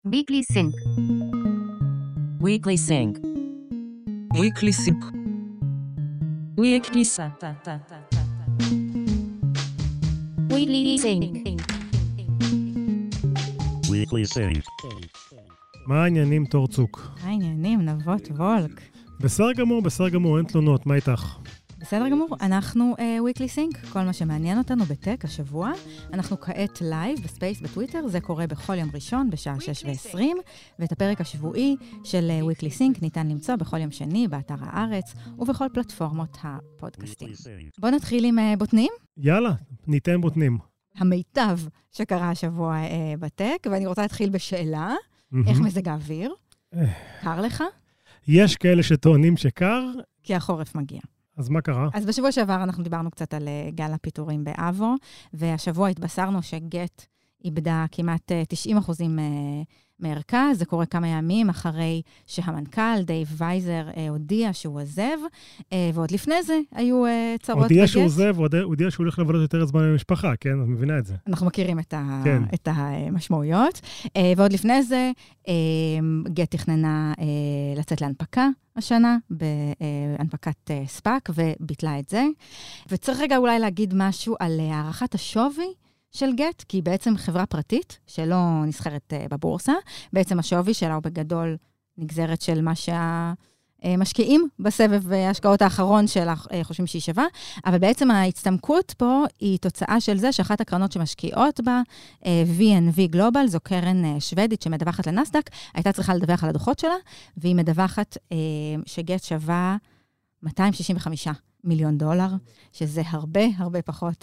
Weekly Sync. Weekly Sync. Weekly Sync. Weekly Sync. Weekly Sync. Weekly Sync. מה העניינים, תור צוק? מה העניינים, נבות וולק? בסדר גמור, אין תלונות, מה איתך? בסדר גמור, אנחנו Weekly Sync, כל מה שמעניין אותנו בטק השבוע. אנחנו כעת לייב בספייס בטוויטר, זה קורה בכל יום ראשון בשעה 6:20, ואת הפרק השבועי של Weekly Sync ניתן למצוא בכל יום שני, באתר הארץ ובכל פלטפורמות הפודקאסטים. בואו נתחיל עם בוטנים. יאללה, ניתן בוטנים. המיטב שקרה השבוע בטק, ואני רוצה להתחיל בשאלה, איך מזג האוויר? קר לך? יש כאלה שטוענים שקר. כי החורף מגיע. אז מה קרה? אז בשבוע שעבר אנחנו דיברנו קצת על גל הפיטורים באבו, והשבוע התבשרנו שגט איבדה כמעט 90% מערכה. זה קורה כמה ימים אחרי שהמנכ"ל, דייב וייזר, הודיע שהוא עזב, ועוד לפני זה היו צרות בגט. הודיע שהוא עזב, הודיע שהוא הולך לבלות יותר זמן במשפחה, כן? את מבינה את זה. אנחנו מכירים את המשמעויות. ועוד לפני זה, גט תכננה לצאת להנפקה השנה, בהנפקת ספאק, וביטלה את זה. וצריך רגע אולי להגיד משהו על הערכת השווי של גט, כי היא בעצם חברה פרטית שלא נסחרת בבורסה. בעצם השווי שלה הוא בגדול נגזרת של מה שהמשקיעים בסבב ההשקעות האחרון שלה חושבים שהיא שווה, אבל בעצם ההצטמקות פה היא תוצאה של זה שאחת הקרנות שמשקיעות בה, VNV Global, זו קרן שוודית שמדווחת לנסדק, הייתה צריכה לדווח על הדוחות שלה, והיא מדווחת שגט שווה $265 מיליון, שזה הרבה פחות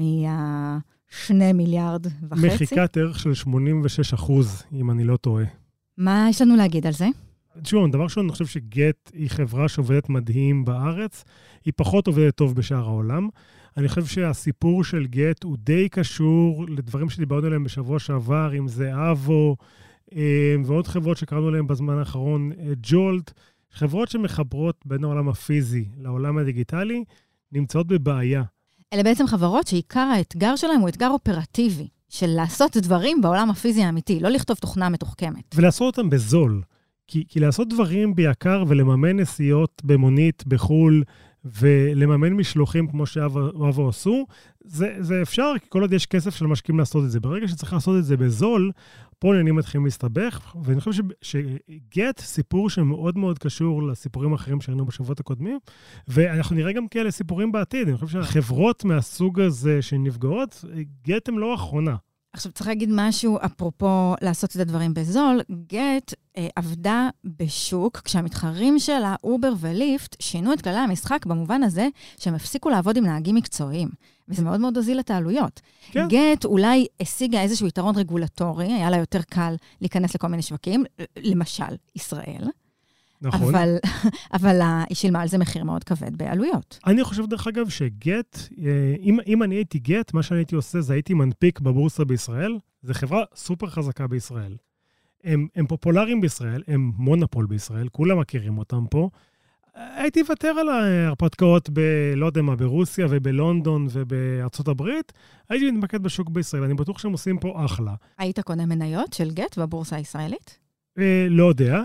2.5 מיליארד. מחיקת ערך של 86%, אם אני לא טועה. מה יש לנו להגיד על זה? תשמעו, דבר ראשון, אני חושב שגט היא חברה שעובדת מדהים בארץ, היא פחות עובדת טוב בשאר העולם. אני חושב שהסיפור של גט הוא די קשור לדברים שדיברנו עליהם בשבוע שעבר, אם זה אבו, ועוד חברות שקראנו עליהם בזמן האחרון, ג'ולט, חברות שמחברות בין העולם הפיזי לעולם הדיגיטלי, נמצאות בבעיה. אלה בעצם חברות שעיקר האתגר שלהם הוא אתגר אופרטיבי, של לעשות דברים בעולם הפיזי האמיתי, לא לכתוב תוכנה מתוחכמת. ולעשות אותם בזול. כי לעשות דברים ביקר ולממן נסיעות במונית בחול, ולממן משלוחים כמו שאבו עשו, זה אפשר, כי כל עוד יש כסף של משקיעים לעשות את זה. ברגע שצריך לעשות את זה בזול, פה העניינים מתחילים להסתבך, ואני חושב שגט סיפור שמאוד מאוד קשור לסיפורים האחרים שראינו בשבועות הקודמים, ואנחנו נראה גם כאלה סיפורים בעתיד. אני חושב שהחברות מהסוג הזה שנפגעות, גט הם לא האחרונה. עכשיו צריך להגיד משהו, אפרופו לעשות את הדברים בזול, גט עבדה בשוק, כשהמתחרים שלה, אובר וליפט, שינו את כללי המשחק במובן הזה, שהם הפסיקו לעבוד עם נהגים מקצועיים. וזה מאוד מאוד הוזיל את העלויות. כן. גט אולי השיגה איזשהו יתרון רגולטורי, היה לה יותר קל להיכנס לכל מיני שווקים, למשל ישראל. נכון. אבל היא שילמה על זה מחיר מאוד כבד בעלויות. אני חושב דרך אגב שגט, אם אני הייתי גט, מה שאני הייתי עושה זה הייתי מנפיק בבורסה בישראל, זו חברה סופר חזקה בישראל. הם פופולריים בישראל, הם מונופול בישראל, כולם מכירים אותם פה. הייתי וותר על ההרפתקאות לא יודע מה, ברוסיה ובלונדון ובארצות הברית, הייתי מתמקד בשוק בישראל, אני בטוח שהם עושים פה אחלה. היית קונה מניות של גט בבורסה הישראלית? לא יודע.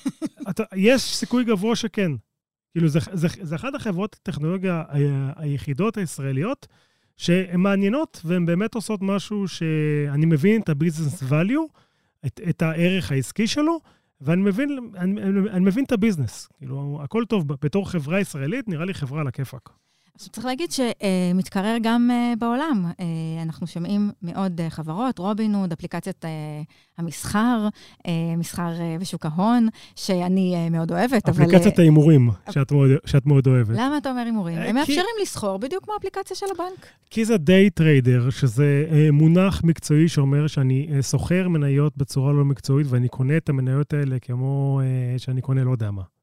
יש סיכוי גבוה שכן. כאילו, זה אחת החברות הטכנולוגיה היחידות הישראליות, שהן מעניינות, והן באמת עושות משהו שאני מבין את ה-business value, את הערך העסקי שלו, ואני מבין את הביזנס. כאילו, הכל טוב, בתור חברה ישראלית, נראה לי חברה על הכיפק. עכשיו צריך להגיד שמתקרר גם בעולם. אנחנו שומעים מאוד חברות, רובין-הוד, אפליקציית המסחר, מסחר בשוק ההון, שאני מאוד אוהבת. אפליקציית ההימורים, שאת מאוד אוהבת. למה אתה אומר הימורים? הם מאפשרים לסחור בדיוק כמו האפליקציה של הבנק. כי זה דיי טריידר, שזה מונח מקצועי שאומר שאני סוחר מניות בצורה לא מקצועית, ואני קונה את המניות האלה כמו שאני קונה לא יודע מה.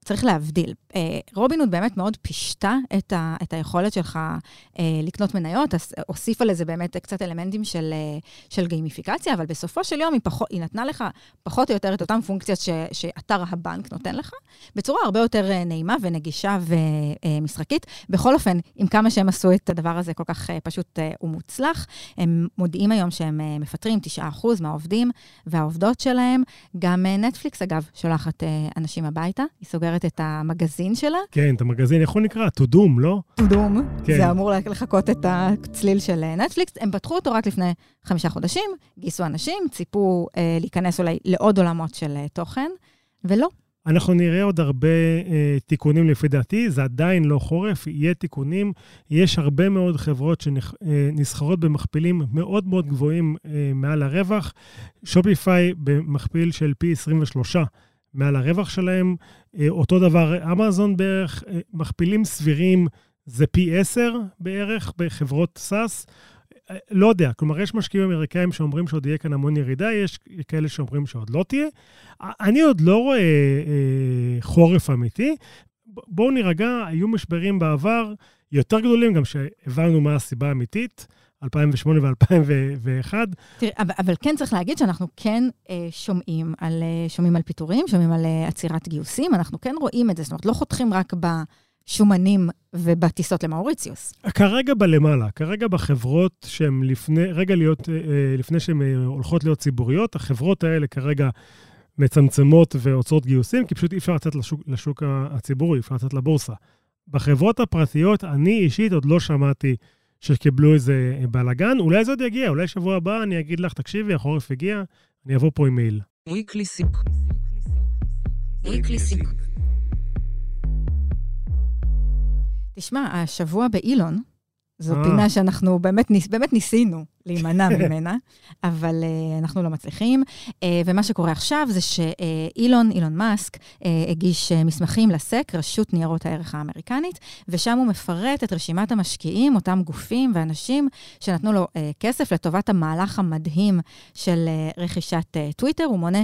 צריך להבדיל. רובין-הוד באמת מאוד פישטה את היכולת שלך לקנות מניות, הוסיפה לזה באמת קצת אלמנטים של גיימיפיקציה, אבל בסופו של יום היא נתנה לך פחות או יותר את אותם פונקציות שאתר הבנק נותן לך, בצורה הרבה יותר נעימה ונגישה ומשחקית. בכל אופן, עם כמה שהם עשו את הדבר הזה כל כך פשוט ומוצלח, הם מודיעים היום שהם מפטרים 9% מהעובדים והעובדות שלהם. גם נטפליקס, אגב, שולחת אנשים הביתה, היא סוגרת את המגזין שלה. כן, את המגזין, איך הוא נקרא? תודום, לא? תודום, כן. זה אמור לחכות את הצליל של נטפליקס. הם פתחו אותו רק לפני 5 חודשים, גייסו אנשים, ציפו להיכנס אולי לעוד עולמות של תוכן, ולא. אנחנו נראה עוד הרבה תיקונים לפי דעתי, זה עדיין לא חורף, יהיה תיקונים, יש הרבה מאוד חברות שנסחרות במכפילים מאוד מאוד גבוהים מעל הרווח, שופיפיי במכפיל של פי 23 מעל הרווח שלהם, אותו דבר אמזון בערך, מכפילים סבירים זה פי 10 בערך בחברות סאס, לא יודע, כלומר, יש משקיעים אמריקאים שאומרים שעוד יהיה כאן המון ירידה, יש כאלה שאומרים שעוד לא תהיה. אני עוד לא רואה חורף אמיתי. בואו נרגע, היו משברים בעבר יותר גדולים, גם שהבנו מה הסיבה האמיתית, 2008 ו-2001. תראה, אבל כן צריך להגיד שאנחנו כן שומעים על פיטורים, שומעים על עצירת גיוסים, אנחנו כן רואים את זה, זאת אומרת, לא חותכים רק שומנים ובטיסות למאוריציוס. כרגע בלמעלה, כרגע בחברות שהן לפני שהן הולכות להיות ציבוריות, החברות האלה כרגע מצמצמות ועוצרות גיוסים, כי פשוט אי אפשר לצאת לשוק הציבורי, אפשר לצאת לבורסה. בחברות הפרטיות, אני אישית עוד לא שמעתי שקיבלו איזה בלגן, אולי זה עוד יגיע, אולי שבוע הבא אני אגיד לך, תקשיבי, החורף הגיע, אני אבוא פה עם מייל. Weekly Sync. תשמע, השבוע באילון, זו פינה שאנחנו באמת ניסינו להימנע ממנה, אבל אנחנו לא מצליחים. ומה שקורה עכשיו זה שאילון מאסק, הגיש מסמכים לסק, רשות ניירות הערך האמריקנית, ושם הוא מפרט את רשימת המשקיעים, אותם גופים ואנשים שנתנו לו כסף לטובת המהלך המדהים של רכישת טוויטר. הוא מונה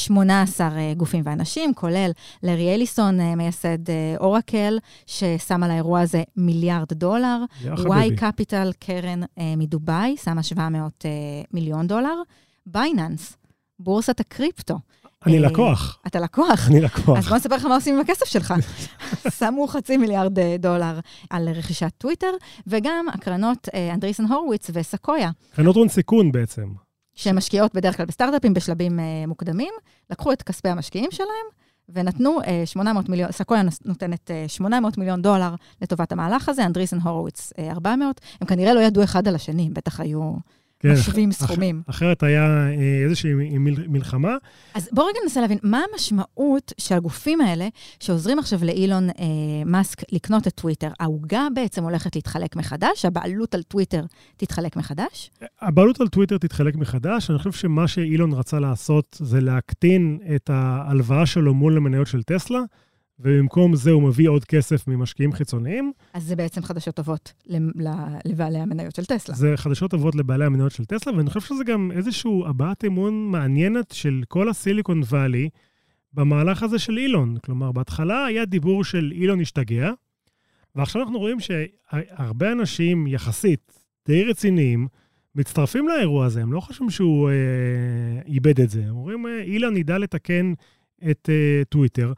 18 גופים ואנשים, כולל לארי אליסון, מייסד אורקל, ששם על האירוע הזה $1 מיליארד. וואי קפיטל, קרן מדוביי, שמה $700 מיליון. בייננס, בורסת הקריפטו. אני לקוח. אתה לקוח? אני לקוח. אז בוא נספר לך מה עושים עם הכסף שלך. שמו $500 מיליון על רכישת טוויטר, וגם הקרנות אנדריסן הורוביץ וסקויה. קרנות הון סיכון בעצם. שהן משקיעות בדרך כלל בסטארט-אפים בשלבים מוקדמים, לקחו את כספי המשקיעים שלהם, ונתנו 800 מיליון, סקויה נותנת $800 מיליון לטובת המהלך הזה, אנדריסן הורוביץ 400, הם כנראה לא ידעו אחד על השני, בטח היו משווים סכומים. אחרת היה איזושהי מלחמה. אז בואו רגע ננסה להבין, מה המשמעות של הגופים האלה, שעוזרים עכשיו לאילון מאסק לקנות את טוויטר? העוגה בעצם הולכת להתחלק מחדש? הבעלות על טוויטר תתחלק מחדש? הבעלות על טוויטר תתחלק מחדש. אני חושב שמה שאילון רצה לעשות, זה להקטין את ההלוואה שלו מול המניות של טסלה, ובמקום זה הוא מביא עוד כסף ממשקיעים חיצוניים. אז זה בעצם חדשות טובות לבעלי המניות של טסלה. זה חדשות טובות לבעלי המניות של טסלה, ואני חושב שזה גם איזשהו הבעת אמון מעניינת של כל הסיליקון ואלי במהלך הזה של אילון. כלומר, בהתחלה היה דיבור של אילון השתגע, ועכשיו אנחנו רואים שהרבה אנשים יחסית די רציניים מצטרפים לאירוע הזה. הם לא חושבים שהוא איבד את זה. הם אומרים, אילון ידע לתקן את טוויטר.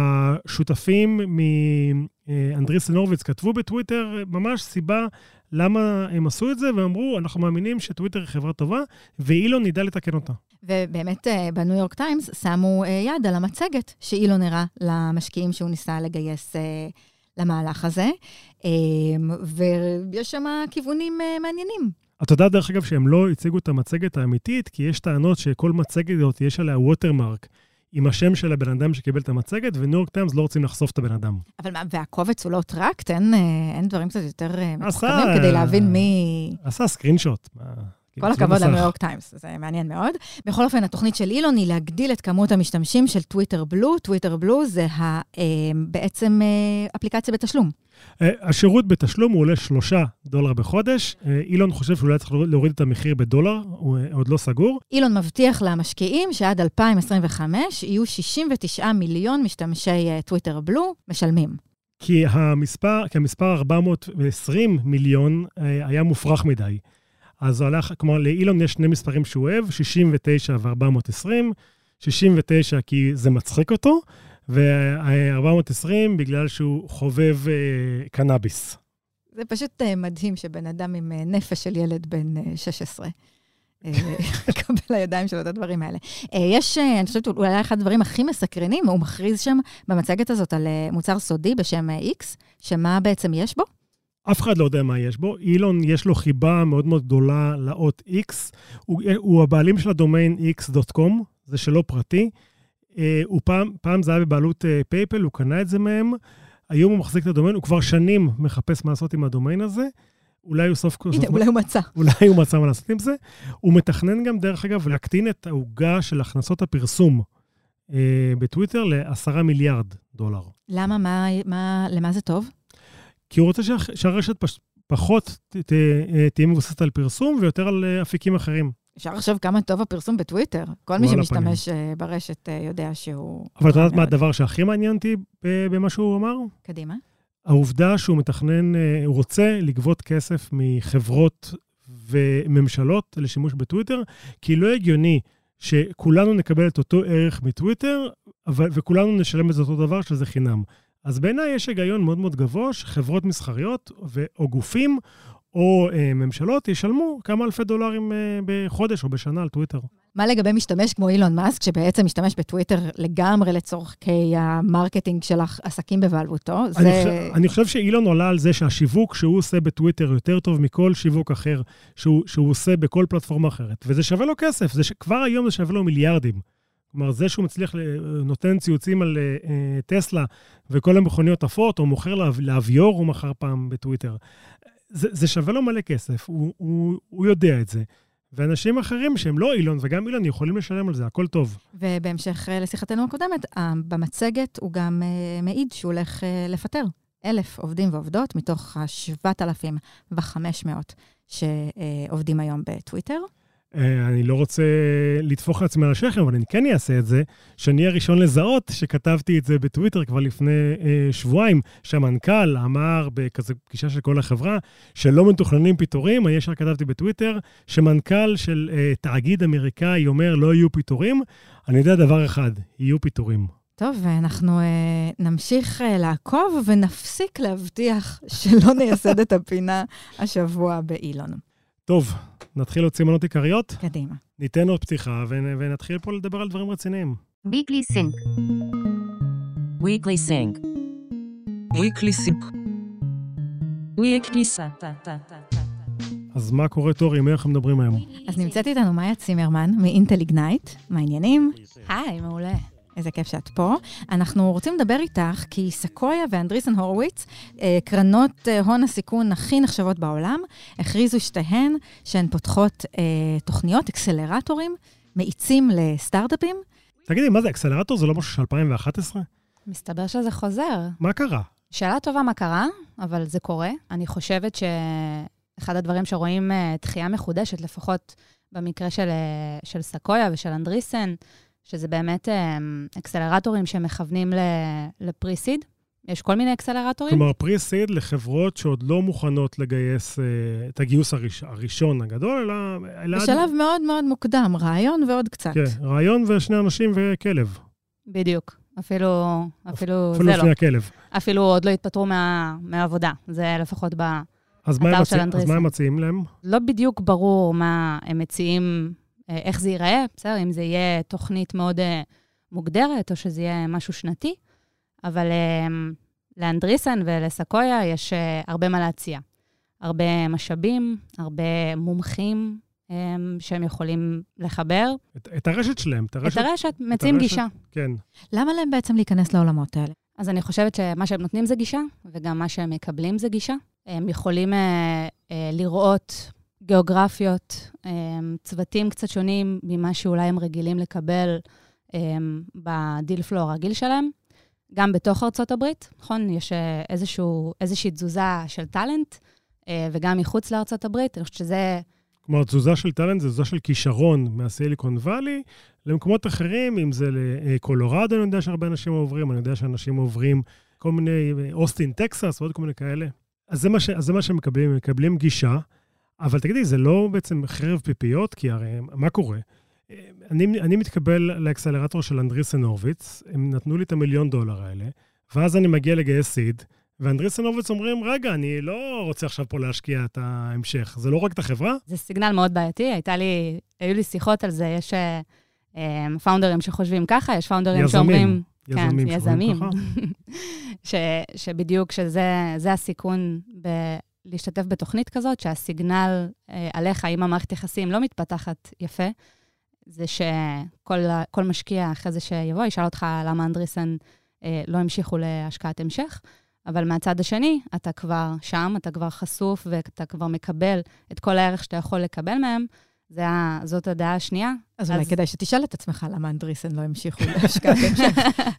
השותפים מאנדריסן הורוביץ כתבו בטוויטר ממש סיבה למה הם עשו את זה, ואמרו, אנחנו מאמינים שטוויטר היא חברה טובה, ואילון ידע לתקן אותה. ובאמת בניו יורק טיימס שמו יד על המצגת שאילון הראה למשקיעים שהוא ניסה לגייס למהלך הזה, ויש שם כיוונים מעניינים. אתה יודע דרך אגב שהם לא הציגו את המצגת האמיתית, כי יש טענות שכל מצגת הזאת יש עליה ווטרמרק, עם השם של הבן אדם שקיבל את המצגת, וניו יורק טיימס לא רוצים לחשוף את הבן אדם. אבל מה, והקובץ הוא לא טרקט? אין דברים קצת יותר מתוחכמים כדי להבין מי... עשה סקרינשוט. כל הכבוד לניו יורק טיימס, זה מעניין מאוד. בכל אופן, התוכנית של אילון היא להגדיל את כמות המשתמשים של טוויטר בלו. טוויטר בלו זה בעצם אפליקציה בתשלום. השירות בתשלום הוא עולה $3 בחודש. אילון חושב שאולי צריך להוריד את המחיר בדולר, הוא עוד לא סגור. אילון מבטיח למשקיעים שעד 2025 יהיו 69 מיליון משתמשי טוויטר בלו משלמים. כי המספר 420 מיליון היה מופרך מדי. אז כלומר, לאילון יש שני מספרים שהוא אוהב, 69 ו-420, 69 כי זה מצחיק אותו, ו-420 בגלל שהוא חובב קנאביס. זה פשוט מדהים שבן אדם עם נפש של ילד בן 16 יקבל לידיים שלו את הדברים האלה. אני חושבת, אולי אחד הדברים הכי מסקרנים, הוא מכריז שם במצגת הזאת על מוצר סודי בשם X, שמה בעצם יש בו? אף אחד לא יודע מה יש בו. אילון יש לו חיבה מאוד מאוד גדולה לאות X. הוא הבעלים של הדומיין x.com, זה שלו פרטי. הוא פעם זה היה בבעלות פייפל, הוא קנה את זה מהם. היום הוא מחזיק את הדומיין, הוא כבר שנים מחפש מה לעשות עם הדומיין הזה. אולי הוא סוף... הנה, אולי הוא מצא. אולי הוא מצא מה לעשות עם זה. הוא מתכנן גם, דרך אגב, להקטין את העוגה של הכנסות הפרסום בטוויטר ל$10 מיליארד. למה? למה זה טוב? כי הוא רוצה שהרשת פחות תהיה מבוססת על פרסום ויותר על אפיקים אחרים. אפשר לחשוב כמה טוב הפרסום בטוויטר. כל מי שמשתמש ברשת יודע שהוא... אבל אתה יודעת מה הדבר שהכי מעניין אותי במה שהוא אמר? קדימה. העובדה שהוא מתכנן, הוא רוצה לגבות כסף מחברות וממשלות לשימוש בטוויטר, כי לא הגיוני שכולנו נקבל את אותו ערך מטוויטר, וכולנו נשלם את אותו דבר שזה חינם. אז בעיניי יש היגיון מאוד מאוד גבוה שחברות מסחריות או גופים או ממשלות ישלמו כמה אלפי דולרים בחודש או בשנה על טוויטר. מה לגבי משתמש כמו אילון מאסק, שבעצם משתמש בטוויטר לגמרי לצורכי המרקטינג של העסקים בבעלותו? אני חושב שאילון עולה על זה שהשיווק שהוא עושה בטוויטר יותר טוב מכל שיווק אחר שהוא עושה בכל פלטפורמה אחרת. וזה שווה לו כסף, כבר היום זה שווה לו מיליארדים. כלומר, זה שהוא מצליח, נותן ציוצים על טסלה וכל המכוניות עפות, או מוכר לאביור, הוא מחר פעם בטוויטר. זה שווה לו מלא כסף, הוא יודע את זה. ואנשים אחרים שהם לא אילון וגם אילון יכולים לשלם על זה, הכל טוב. ובהמשך לשיחתנו הקודמת, במצגת הוא גם מעיד שהוא הולך לפטר 1,000 עובדים ועובדות מתוך 7,500 שעובדים היום בטוויטר. אני לא רוצה לתפוח לעצמי על השכם, אבל אני כן אעשה את זה, שאני הראשון לזהות שכתבתי את זה בטוויטר כבר לפני שבועיים, שהמנכ"ל אמר בכזה פגישה של כל החברה, שלא מתוכננים פיתורים, אני ישר כתבתי בטוויטר, שמנכ"ל של תאגיד אמריקאי אומר לא יהיו פיתורים, אני יודע דבר אחד, יהיו פיתורים. טוב, ואנחנו נמשיך לעקוב ונפסיק להבטיח שלא נייסד את הפינה השבוע באילון. טוב, נתחיל להוציא מנות עיקריות? קדימה. ניתן עוד פתיחה ונתחיל פה לדבר על דברים רציניים. Weekly Sync. Weekly Sync. Weekly Sync. Weekly Sync. אז מה קורה, תורי? מי אנחנו מדברים היום? אז נמצאת איתנו מאיה צימרמן מאינטל איגנייט. מה העניינים? היי, מעולה. איזה כיף שאת פה. אנחנו רוצים לדבר איתך, כי סקויה ואנדריסן הורוביץ, קרנות הון הסיכון הכי נחשבות בעולם, הכריזו שתיהן שהן פותחות תוכניות, אקסלרטורים, מאיצים לסטארט-אפים. תגידי, מה זה אקסלרטור? זה לא משהו של 2011? מסתבר שזה חוזר. מה קרה? שאלה טובה מה קרה, אבל זה קורה. אני חושבת שאחד הדברים שרואים דחייה מחודשת, לפחות במקרה של סקויה ושל אנדריסן, שזה באמת אקסלרטורים שמכוונים לפרי-סיד. יש כל מיני אקסלרטורים. כלומר, פרי-סיד לחברות שעוד לא מוכנות לגייס את הגיוס הראשון הגדול, אלא... בשלב מאוד מאוד מוקדם, רעיון ועוד קצת. כן, רעיון ושני אנשים וכלב. בדיוק. אפילו זה לא. אפילו לפני הכלב. אפילו עוד לא התפטרו מהעבודה. זה לפחות באתר של אנדריסן. אז מה הם מציעים להם? לא בדיוק ברור מה הם מציעים, איך זה ייראה, בסדר, אם זה יהיה תוכנית מאוד מוגדרת, או שזה יהיה משהו שנתי, אבל לאנדריסן ולסקויה יש הרבה מה להציע. הרבה משאבים, הרבה מומחים שהם יכולים לחבר. את הרשת שלהם. את הרשת, מציעים גישה. כן. למה להם בעצם להיכנס לעולמות האלה? אז אני חושבת שמה שהם נותנים זה גישה, וגם מה שהם מקבלים זה גישה. הם יכולים לראות גיאוגרפיות, צוותים קצת שונים ממה שאולי הם רגילים לקבל בדיל פלור הרגיל שלהם. גם בתוך ארצות הברית, נכון? יש איזושהי תזוזה של טלנט, וגם מחוץ לארצות הברית. אני חושבת שזה... כלומר, תזוזה של טלנט זה תזוזה של כישרון מהסיליקון ואלי, למקומות אחרים, אם זה לקולורדו, אני יודע שהרבה אנשים עוברים, אני יודע שאנשים עוברים כל מיני, אוסטין, טקסס, ועוד כל מיני כאלה. אז זה מה שמקבלים, מקבלים גישה, אבל תגידי, זה לא בעצם חרב פיפיות, כי הרי מה קורה? אני מתקבל לאקסלרטור של אנדריסן הורוביץ, הם נתנו לי את $1 מיליון האלה, ואז אני מגיע לגייס סיד, ואנדריסן הורוביץ אומרים, רגע, אני לא רוצה עכשיו פה להשקיע את ההמשך, זה לא רק את החברה? זה סיגנל מאוד בעייתי, היו לי שיחות על זה, יש פאונדרים שחושבים ככה, יש פאונדרים שאומרים... יזמים. שבדיוק שזה הסיכון להשתתף בתוכנית כזאת, שהסיגנל עליך, אם המערכת יחסים לא מתפתחת יפה, זה שכל משקיע אחרי זה שיבוא, ישאל אותך למה אנדריסן לא המשיכו להשקעת המשך, אבל מהצד השני, אתה כבר שם, אתה כבר חשוף, ואתה כבר מקבל את כל הערך שאתה יכול לקבל מהם, זאת הדעה השנייה. אז אולי כדאי שתשאל את עצמך למה אנדריסן לא המשיכו להשקעת המשך.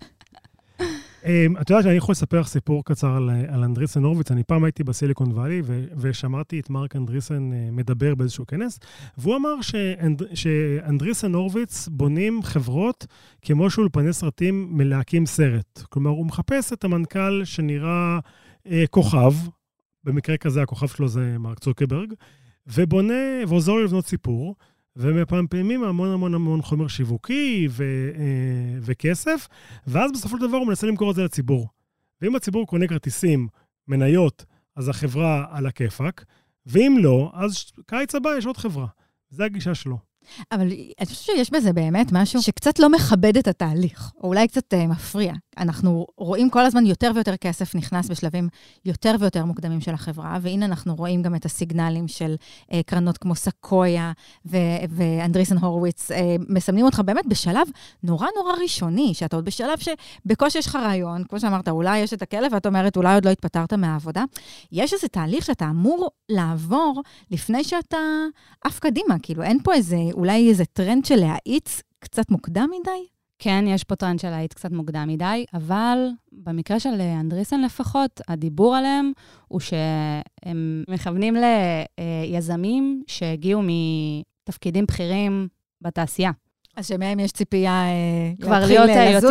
את יודעת שאני יכול לספר לך סיפור קצר על אנדריסן הורוביץ. אני פעם הייתי בסיליקון ואלי, ושמעתי את מרק אנדריסן מדבר באיזשהו כנס, והוא אמר שאנדריסן הורוביץ בונים חברות כמו שאולפני סרטים מלהקים סרט. כלומר, הוא מחפש את המנכ"ל שנראה כוכב, במקרה כזה הכוכב שלו זה מרק צוקרברג, ובונה ועוזר לו לבנות סיפור, ומפעמים המון חומר שיווקי וכסף, ואז בסופו של דבר הוא מנסה למכור את זה לציבור. ואם הציבור קונה כרטיסים, מניות, אז החברה על הכיפק, ואם לא, אז קיץ הבא יש עוד חברה. זה הגישה שלו. אבל אני חושבת שיש בזה באמת משהו שקצת לא מכבד את התהליך, או אולי קצת מפריע. אנחנו רואים כל הזמן יותר ויותר כסף נכנס בשלבים יותר ויותר מוקדמים של החברה, והנה אנחנו רואים גם את הסיגנלים של קרנות כמו סקויה ואנדריסן הורוביץ, מסמנים אותך באמת בשלב נורא ראשוני, שאתה עוד בשלב שבקושי יש לך רעיון, כמו שאמרת, אולי יש את הכלב, ואת אומרת, אולי עוד לא התפטרת מהעבודה. יש איזה תהליך שאתה אמור לעבור לפני שאתה אף קדימה, כאילו אין פה אולי איזה טרנד של להאיץ קצת מוקדם מדי? כן, יש פה טרנד של להאיץ קצת מוקדם מדי, אבל במקרה של אנדריסן לפחות, הדיבור עליהם הוא שהם מכוונים ליזמים שהגיעו מתפקדים בכירים בתעשייה. אז שמהם יש ציפייה כבר להיות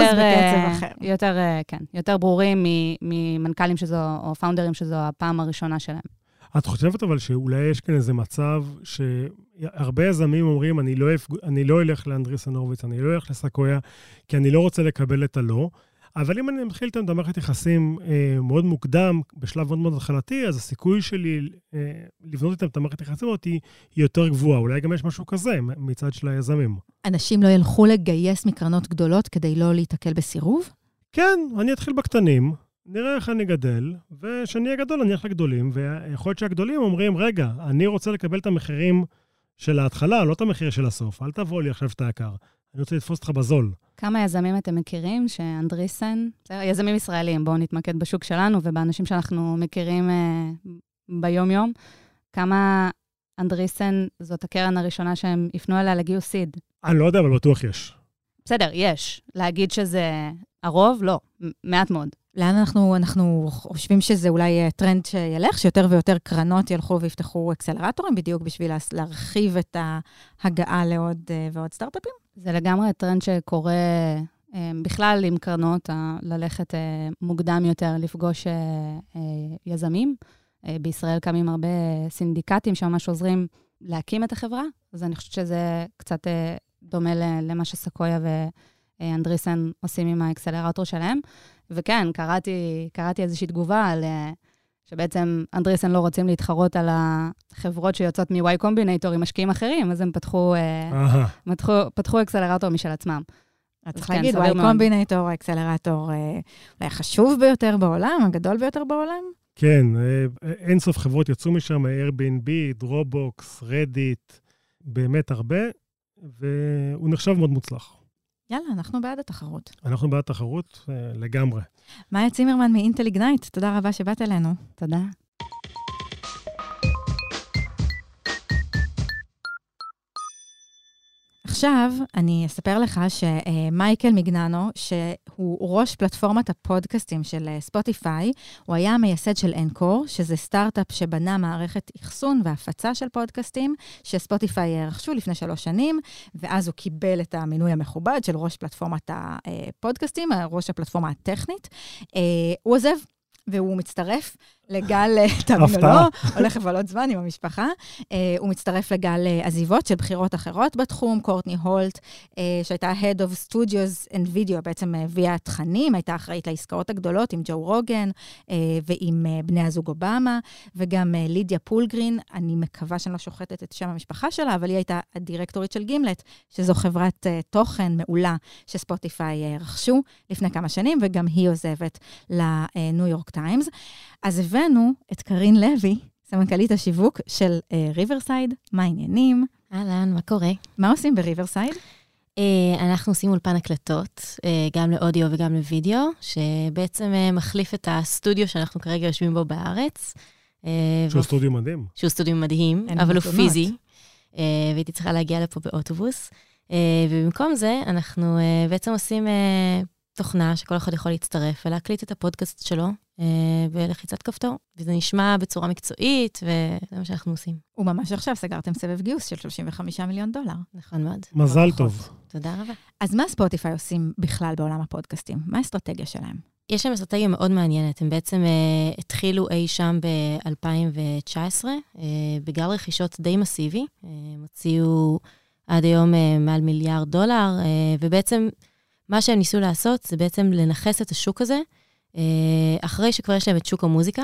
יותר ברורים ממנכ"לים שזו, או פאונדרים שזו הפעם הראשונה שלהם. את חושבת אבל שאולי יש כאן איזה מצב שהרבה יזמים אומרים, אני לא אלך לאנדריסן הורוביץ, אני לא אלך לסקויה, כי אני לא רוצה לקבל את הלא, אבל אם אני מתחיל את מערכת יחסים מאוד מוקדם, בשלב מאוד מאוד התחלתי, אז הסיכוי שלי לבנות איתם את מערכת יחסים היא יותר גבוהה. אולי גם יש משהו כזה מצד של היזמים. אנשים לא ילכו לגייס מקרנות גדולות כדי לא להתקל בסירוב? כן, אני אתחיל בקטנים, נראה איך אני גדל, ושאני אהיה גדול, אני אלך לגדולים, ויכול להיות שהגדולים אומרים, רגע, אני רוצה לקבל את המחירים של ההתחלה, לא את המחיר של הסוף, אל תבוא לי עכשיו את היקר. אני רוצה לתפוס אותך בזול. כמה יזמים אתם מכירים שאנדריסן, יזמים ישראלים, בואו נתמקד בשוק שלנו ובאנשים שאנחנו מכירים ביום-יום, כמה אנדריסן זאת הקרן הראשונה שהם יפנו אליה לגיוס סיד? אני לא יודע, אבל בטוח יש. בסדר, יש. להגיד שזה הרוב? לא, מעט מאוד. לאן אנחנו חושבים שזה אולי טרנד שילך, שיותר ויותר קרנות ילכו ויפתחו אקסלרטורים, בדיוק בשביל להרחיב את ההגעה לעוד ועוד סטארט-אפים? זה לגמרי טרנד שקורה בכלל עם קרנות, ללכת מוקדם יותר, לפגוש יזמים. בישראל קמים הרבה סינדיקטים שממש עוזרים להקים את החברה, אז אני חושבת שזה קצת דומה למה שסקויה ואנדריסן עושים עם האקסלרטור שלהם. וכן, קראתי איזושהי תגובה על שבעצם אנדריסן לא רוצים להתחרות על החברות שיוצאות מ-Y Combinator עם משקיעים אחרים, אז הם פתחו אקסלרטור משל עצמם. את צריכה להגיד, Y Combinator, האקסלרטור אולי החשוב ביותר בעולם, הגדול ביותר בעולם? כן, אין סוף חברות יצאו משם, Airbnb, Dropbox, Reddit, באמת הרבה, והוא נחשב מאוד מוצלח. יאללה, אנחנו בעד התחרות. אנחנו בעד התחרות לגמרי. מאיה צימרמן מאינטל איגנייט, תודה רבה שבאת אלינו. תודה. עכשיו אני אספר לך שמייקל מיגננו, שהוא ראש פלטפורמת הפודקאסטים של ספוטיפיי, הוא היה המייסד של אנקור, שזה סטארט-אפ שבנה מערכת אחסון והפצה של פודקאסטים, שספוטיפיי רכשו לפני 3 שנים, ואז הוא קיבל את המינוי המכובד של ראש פלטפורמת הפודקאסטים, ראש הפלטפורמה הטכנית. הוא עוזב, והוא מצטרף לגל, תאמינו לו, הולך לבלות זמן עם המשפחה, הוא מצטרף לגל עזיבות של בחירות אחרות בתחום, קורטני הולט, שהייתה Head of Studios and Video, בעצם הביאה תכנים, הייתה אחראית לעסקאות הגדולות עם ג'ו רוגן, ועם בני הזוג אובמה, וגם לידיה פולגרין, אני מקווה שאני לא שוחטת את שם המשפחה שלה, אבל היא הייתה הדירקטורית של גימלט, שזו חברת תוכן מעולה שספוטיפיי רכשו לפני כמה שנים, וגם היא עוזבת לניו יורק טיימס. אז הבאנו את קרין לוי, סמנכ"לית השיווק של ריברסייד. מה העניינים? אהלן, מה קורה? מה עושים בריברסייד? אנחנו עושים אולפן הקלטות, גם לאודיו וגם לוידאו, שבעצם מחליף את הסטודיו שאנחנו כרגע יושבים בו בארץ. שהוא סטודיו מדהים. שהוא סטודיו מדהים, אבל הוא פיזי, והייתי צריכה להגיע לפה באוטובוס. ובמקום זה, אנחנו בעצם עושים תוכנה שכל אחד יכול להצטרף ולהקליט את הפודקאסט שלו בלחיצת כפתור. וזה נשמע בצורה מקצועית, וזה מה שאנחנו עושים. וממש עכשיו סגרתם סבב גיוס של $35 מיליון. נכון מאוד. מזל טוב. תודה רבה. אז מה ספוטיפיי עושים בכלל בעולם הפודקאסטים? מה האסטרטגיה שלהם? יש להם אסטרטגיה מאוד מעניינת. הם בעצם התחילו אי שם ב-2019, בגלל רכישות די מסיבי. הם הוציאו עד היום מעל $1 מיליארד, ובעצם מה שהם ניסו לעשות זה בעצם לנחס את השוק הזה, אחרי שכבר יש להם את שוק המוזיקה,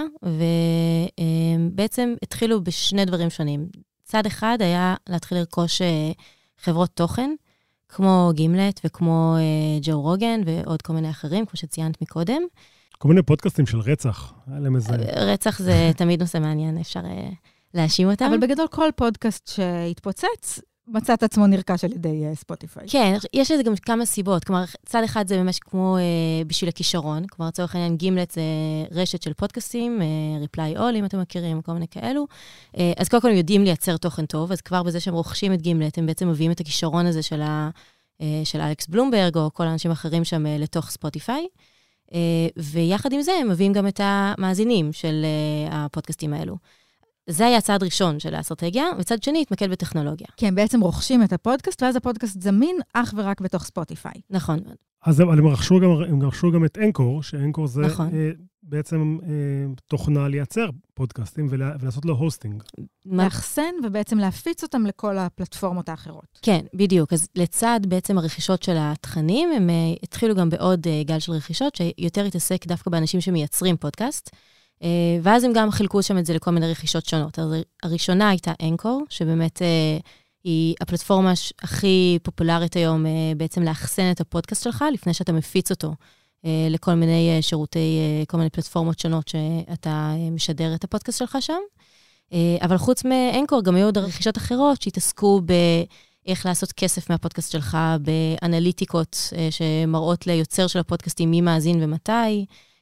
ובעצם התחילו בשני דברים שונים. צד אחד היה להתחיל לרכוש חברות תוכן, כמו גימלט וכמו ג'ו רוגן ועוד כל מיני אחרים, כמו שציינת מקודם. כל מיני פודקאסטים של רצח. רצח זה תמיד נושא מעניין, אפשר להאשים אותם. אבל בגדול כל פודקאסט שהתפוצץ, מצא את עצמו נרכש על ידי ספוטיפיי. כן, יש לזה גם כמה סיבות. כלומר, צד אחד זה ממש כמו בשביל הכישרון. כלומר, צורך העניין, גימלט זה רשת של פודקאסטים, Reply All, אם אתם מכירים, כל מיני כאלו. אז קודם כל הם יודעים לייצר תוכן טוב, אז כבר בזה שהם רוכשים את גימלט, הם בעצם מביאים את הכישרון הזה של אלכס בלומברג, או כל האנשים אחרים שם לתוך ספוטיפיי. ויחד עם זה, הם מביאים גם את המאזינים של הפודקאסטים האלו. זה היה צעד ראשון של האסטרטגיה, וצד שני התמקד בטכנולוגיה. כי הם בעצם רוכשים את הפודקאסט, ואז הפודקאסט זמין אך ורק בתוך ספוטיפיי. נכון. אז הם רכשו גם את אנקור, שאנקור זה בעצם תוכנה לייצר פודקאסטים ולעשות לו הוסטינג. לאחסן ובעצם להפיץ אותם לכל הפלטפורמות האחרות. כן, בדיוק. אז לצד בעצם הרכישות של התכנים, הם התחילו גם בעוד גל של רכישות, שיותר התעסק דווקא באנשים שמייצרים פודקאסט, ואז הם גם חילקו שם את זה לכל מיני רכישות שונות. הראשונה הייתה אנקור, שבאמת היא הפלטפורמה הכי פופולרית היום, בעצם לאחסן את הפודקאסט שלך, לפני שאתה מפיץ אותו לכל מיני שירותי, כל מיני פלטפורמות שונות שאתה משדר את הפודקאסט שלך שם. אבל חוץ מאנקור, גם היו עוד רכישות אחרות שהתעסקו באיך לעשות כסף מהפודקאסט שלך, באנליטיקות שמראות ליוצר של הפודקאסטים מי מאזין ומתי,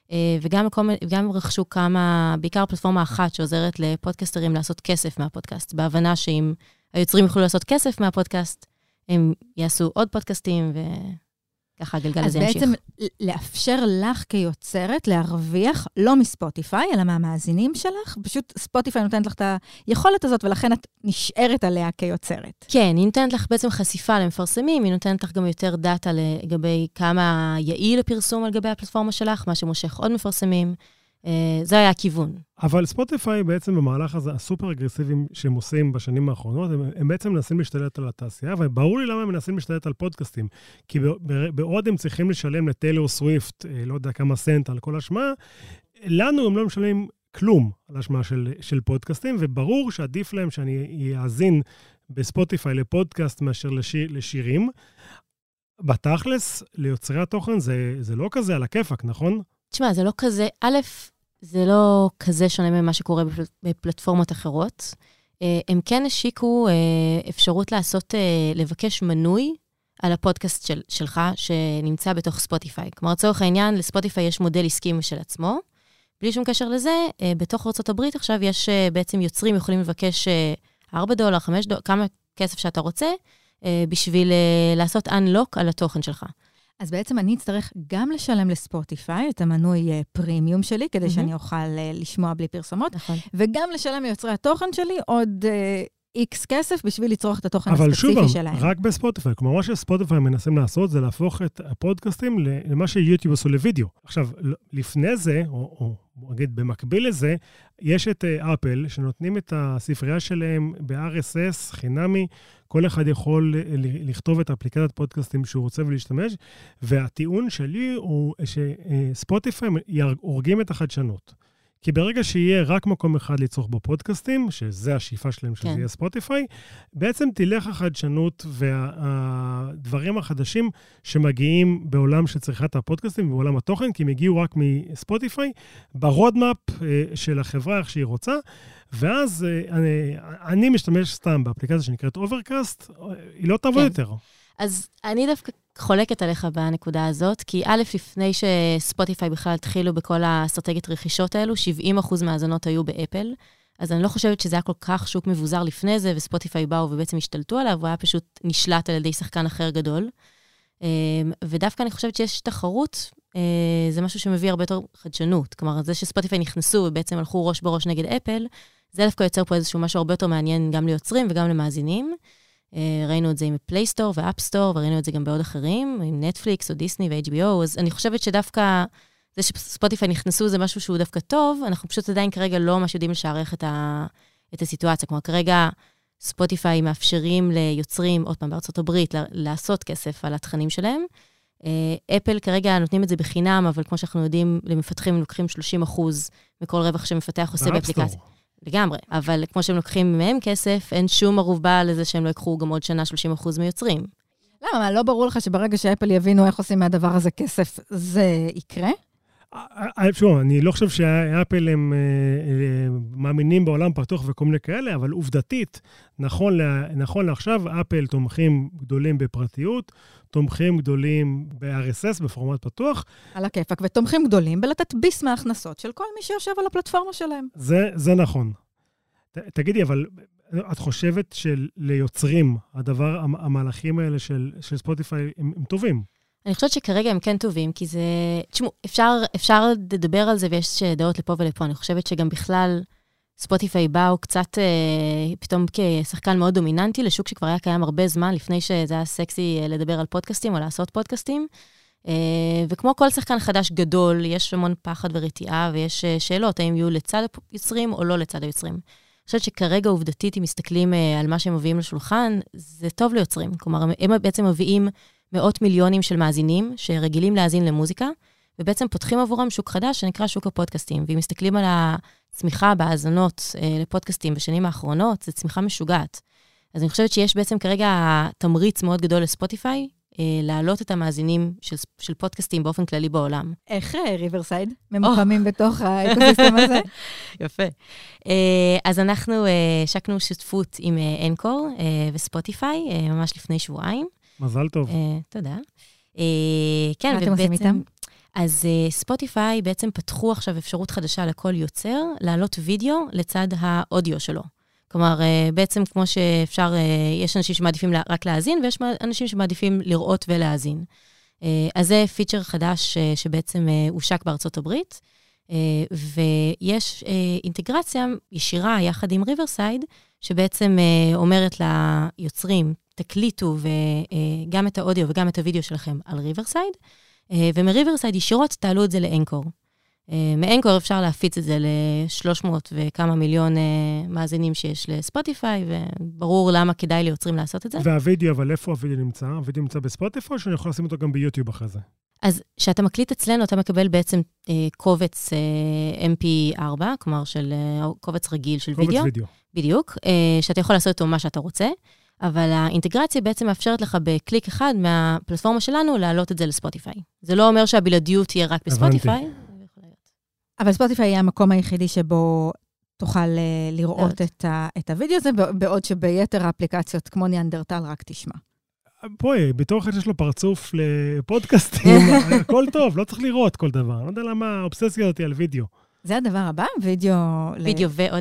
וגם רכשו כמה, בעיקר פלטפורמה אחת שעוזרת לפודקסטרים לעשות כסף מהפודקאסט, בהבנה שאם היוצרים יוכלו לעשות כסף מהפודקאסט, הם יעשו עוד פודקאסטים, וככה הגלגל הזה ימשיך. אז בעצם לאפשר לך כיוצרת להרוויח לא מספוטיפיי, אלא מהמאזינים שלך, פשוט ספוטיפיי נותנת לך את היכולת הזאת, ולכן את נשארת עליה כיוצרת. כן, היא נותנת לך בעצם חשיפה למפרסמים, היא נותנת לך גם יותר דאטה לגבי כמה יעיל הפרסום על גבי הפלטפורמה שלך, מה שמושך עוד מפרסמים. זה היה הכיוון. אבל ספוטיפיי בעצם במהלך הזה, הסופר אגרסיביים שהם עושים בשנים האחרונות, הם בעצם מנסים להשתלט על התעשייה, וברור לי למה הם מנסים להשתלט על פודקאסטים. כי בעוד הם צריכים לשלם לטיילור סוויפט, לא יודע כמה סנט על כל השמעה, לנו הם לא משלמים כלום על השמעה של פודקאסטים, וברור שעדיף להם שאני אאזין בספוטיפיי לפודקאסט מאשר לשירים. בתכלס, ליוצרי התוכן זה לא כזה על הכיפק, נכון? תשמע, זה לא כזה, זה לא כזה שונה ממה שקורה בפלטפורמות אחרות. הם כן השיקו אפשרות לבקש מנוי על הפודקאסט שלך, שנמצא בתוך ספוטיפיי. כלומר, צורך העניין, לספוטיפיי יש מודל עסקי משל עצמו. בלי שום קשר לזה, בתוך ארצות הברית עכשיו יש בעצם יוצרים יכולים לבקש $4, $5, כמה כסף שאתה רוצה, בשביל לעשות unlock על התוכן שלך. אז בעצם אני אצטרך גם לשלם לספוטיפיי את המנוי פרימיום שלי, כדי שאני אוכל לשמוע בלי פרסומות, נכון. וגם לשלם ליוצרי התוכן שלי עוד X כסף בשביל לצרוך את התוכן הספציפי שלהם. אבל שוב, רק בספוטיפיי. כלומר, מה שספוטיפיי מנסים לעשות, זה להפוך את הפודקאסטים למה שיוטיוב עשו לוידאו. עכשיו, לפני זה, או נגיד במקביל לזה, יש את אפל, שנותנים את הספרייה שלהם ב-RSS, חינמי, כל אחד יכול לכתוב את אפליקציית פודקאסטים שהוא רוצה ולהשתמש, והטיעון שלי הוא שספוטיפיי הורגים את החדשנות. כי ברגע שיהיה רק מקום אחד לצרוך בו פודקאסטים, שזה השאיפה שלהם שזה יהיה ספוטיפיי, בעצם תלך החדשנות והדברים החדשים שמגיעים בעולם של צריכת הפודקאסטים, בעולם התוכן, כי הם הגיעו רק מספוטיפיי, ברודמאפ של החברה, איך שהיא רוצה, ואז אני משתמש סתם באפליקציה שנקראת אוברקאסט, היא לא תעבוד יותר. אז אני דווקא חולקת עליך בנקודה הזאת, כי א', לפני שספוטיפיי בכלל התחילו בכל האסטרטגיות רכישות האלו, 70% מהאזנות היו באפל, אז אני לא חושבת שזה היה כל כך שוק מבוזר לפני זה, וספוטיפיי באו ובעצם השתלטו עליו, הוא היה פשוט נשלט על ידי שחקן אחר גדול. ודווקא אני חושבת שיש תחרות, זה משהו שמביא הרבה יותר חדשנות. כלומר, זה שספוטיפיי נכנסו ובעצם הלכו ראש בראש נגד אפל, זה דווקא יוצר פה איזשהו משהו הרבה יותר מעניין גם ליוצרים וגם למאזינים. ראינו את זה עם פלייסטור ואפסטור, וראינו את זה גם בעוד אחרים, עם נטפליקס או דיסני ו-HBO, אז אני חושבת שדווקא זה שספוטיפיי נכנסו זה משהו שהוא דווקא טוב, אנחנו פשוט עדיין כרגע לא ממש יודעים לשערך את הסיטואציה, כלומר כרגע ספוטיפיי מאפשרים ליוצרים, עוד פעם בארצות הברית, לעשות כסף על התכנים שלהם, אפל כרגע נותנים את זה בחינם, אבל כמו שאנחנו יודעים, למפתחים לוקחים 30% מכל רווח שמפתח עושה באפליקציה. לגמרי, אבל כמו שהם לוקחים מהם כסף, אין שום ערובה לזה שהם לא יקחו גם עוד שנה 30% מיוצרים. למה? לא ברור לך שברגע שאפל יבינו איך עושים מהדבר הזה כסף, זה יקרה? שוב, אני לא חושב שאפל הם מאמינים בעולם פתוח וכל מיני כאלה, אבל עובדתית, נכון לעכשיו, אפל תומכים גדולים בפרטיות, תומכים גדולים ב-RSS, בפורמט פתוח. על הכיפק, ותומכים גדולים בלתת ביס מההכנסות של כל מי שיושב על הפלטפורמה שלהם. זה נכון. תגידי, אבל את חושבת שליוצרים, המהלכים האלה של ספוטיפיי הם טובים? אני חושבת שכרגע הם כן טובים, כי זה... תשמעו, אפשר לדבר על זה ויש דעות לפה ולפה. אני חושבת שגם בכלל ספוטיפיי באו קצת פתאום כשחקן מאוד דומיננטי לשוק שכבר היה קיים הרבה זמן, לפני שזה היה סקסי לדבר על פודקאסטים או לעשות פודקאסטים. וכמו כל שחקן חדש גדול, יש המון פחד ורתיעה, ויש שאלות, האם יהיו לצד היוצרים או לא לצד היוצרים. אני חושבת שכרגע עובדתית, אם מסתכלים על מה שהם מביאים לשולחן, זה טוב ליוצרים. כלומר, הם בעצם מביאים מאות מיליונים של מאזינים שרגילים להאזין למוזיקה, ובעצם פותחים עבורם שוק חדש שנקרא שוק הפודקאסטים, ואם מסתכלים על הצמיחה בהאזנות לפודקאסטים בשנים האחרונות, זו צמיחה משוגעת. אז אני חושבת שיש בעצם כרגע תמריץ מאוד גדול לספוטיפיי, להעלות את המאזינים של פודקאסטים באופן כללי בעולם. איך ריברסייד ממוקמים בתוך האקוסיסטם הזה? יפה. אז אנחנו שקנו שותפות עם אנקור וספוטיפיי, ממש לפני שבועיים. מזל טוב. תודה. כן, מה אתם עושים איתם? אז ספוטיפיי בעצם פתחו עכשיו אפשרות חדשה לכל יוצר, להעלות וידאו לצד האודיו שלו. כלומר, בעצם כמו שאפשר, יש אנשים שמעדיפים רק להאזין, ויש אנשים שמעדיפים לראות ולהאזין. אז זה פיצ'ר חדש שבעצם הושק בארצות הברית, ויש אינטגרציה ישירה יחד עם ריברסייד, שבעצם אומרת ליוצרים, תקליטו וגם את האודיו וגם את הוידאו שלכם על ריברסייד, ומריברסייד ישירות תעלו את זה לאנקור. מאנקור אפשר להפיץ את זה ל-300 וכמה מיליון מאזינים שיש לספוטיפיי, וברור למה כדאי ליוצרים לעשות את זה. והווידאו, אבל איפה הווידאו נמצא? הווידאו נמצא בספוטיפיי, או שאני יכול לשים אותו גם ביוטיוב אחרי זה? אז כשאתה מקליט אצלנו, אתה מקבל בעצם קובץ MP4, כלומר של קובץ רגיל של וידאו. קובץ וידאו. בדיוק, שאתה יכול לעשות אותו מה שאתה רוצה, אבל האינטגרציה בעצם מאפשרת לך בקליק אחד מהפלטפורמה שלנו להעלות את זה לספוטיפיי. זה לא אומר שהבלעדיות תהיה רק בספוטיפיי. אבל ספוטיפיי יהיה המקום היחידי שבו תוכל לראות את הוידאו הזה, בעוד שביתר האפליקציות כמו ניאנדרטל רק תשמע. בואי, בתור אחד שיש לו פרצוף לפודקאסטים, הכל טוב, לא צריך לראות כל דבר. לא יודע למה האובססיה אותי על וידאו. זה הדבר הבא? וידאו ואודיו?